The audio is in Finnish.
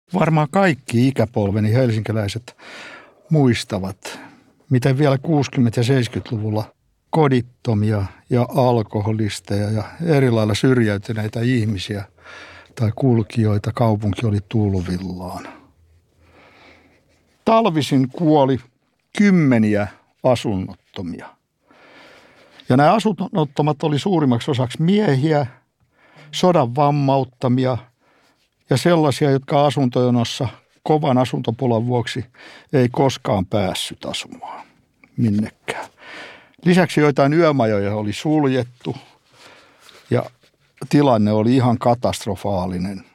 Varmaan kaikki ikäpolveni helsinkiläiset muistavat, miten vielä 60- ja 70-luvulla kodittomia ja alkoholisteja ja eri lailla syrjäytyneitä ihmisiä tai kulkijoita kaupunki oli tulvillaan. Talvisin kuoli kymmeniä asunnottomia. Ja nämä asunnottomat oli suurimmaksi osaksi miehiä, sodan vammauttamia ja sellaisia, jotka asuntojonossa kovan asuntopulan vuoksi ei koskaan päässyt asumaan minnekään. Lisäksi joitain yömajoja oli suljettu ja tilanne oli ihan katastrofaalinen.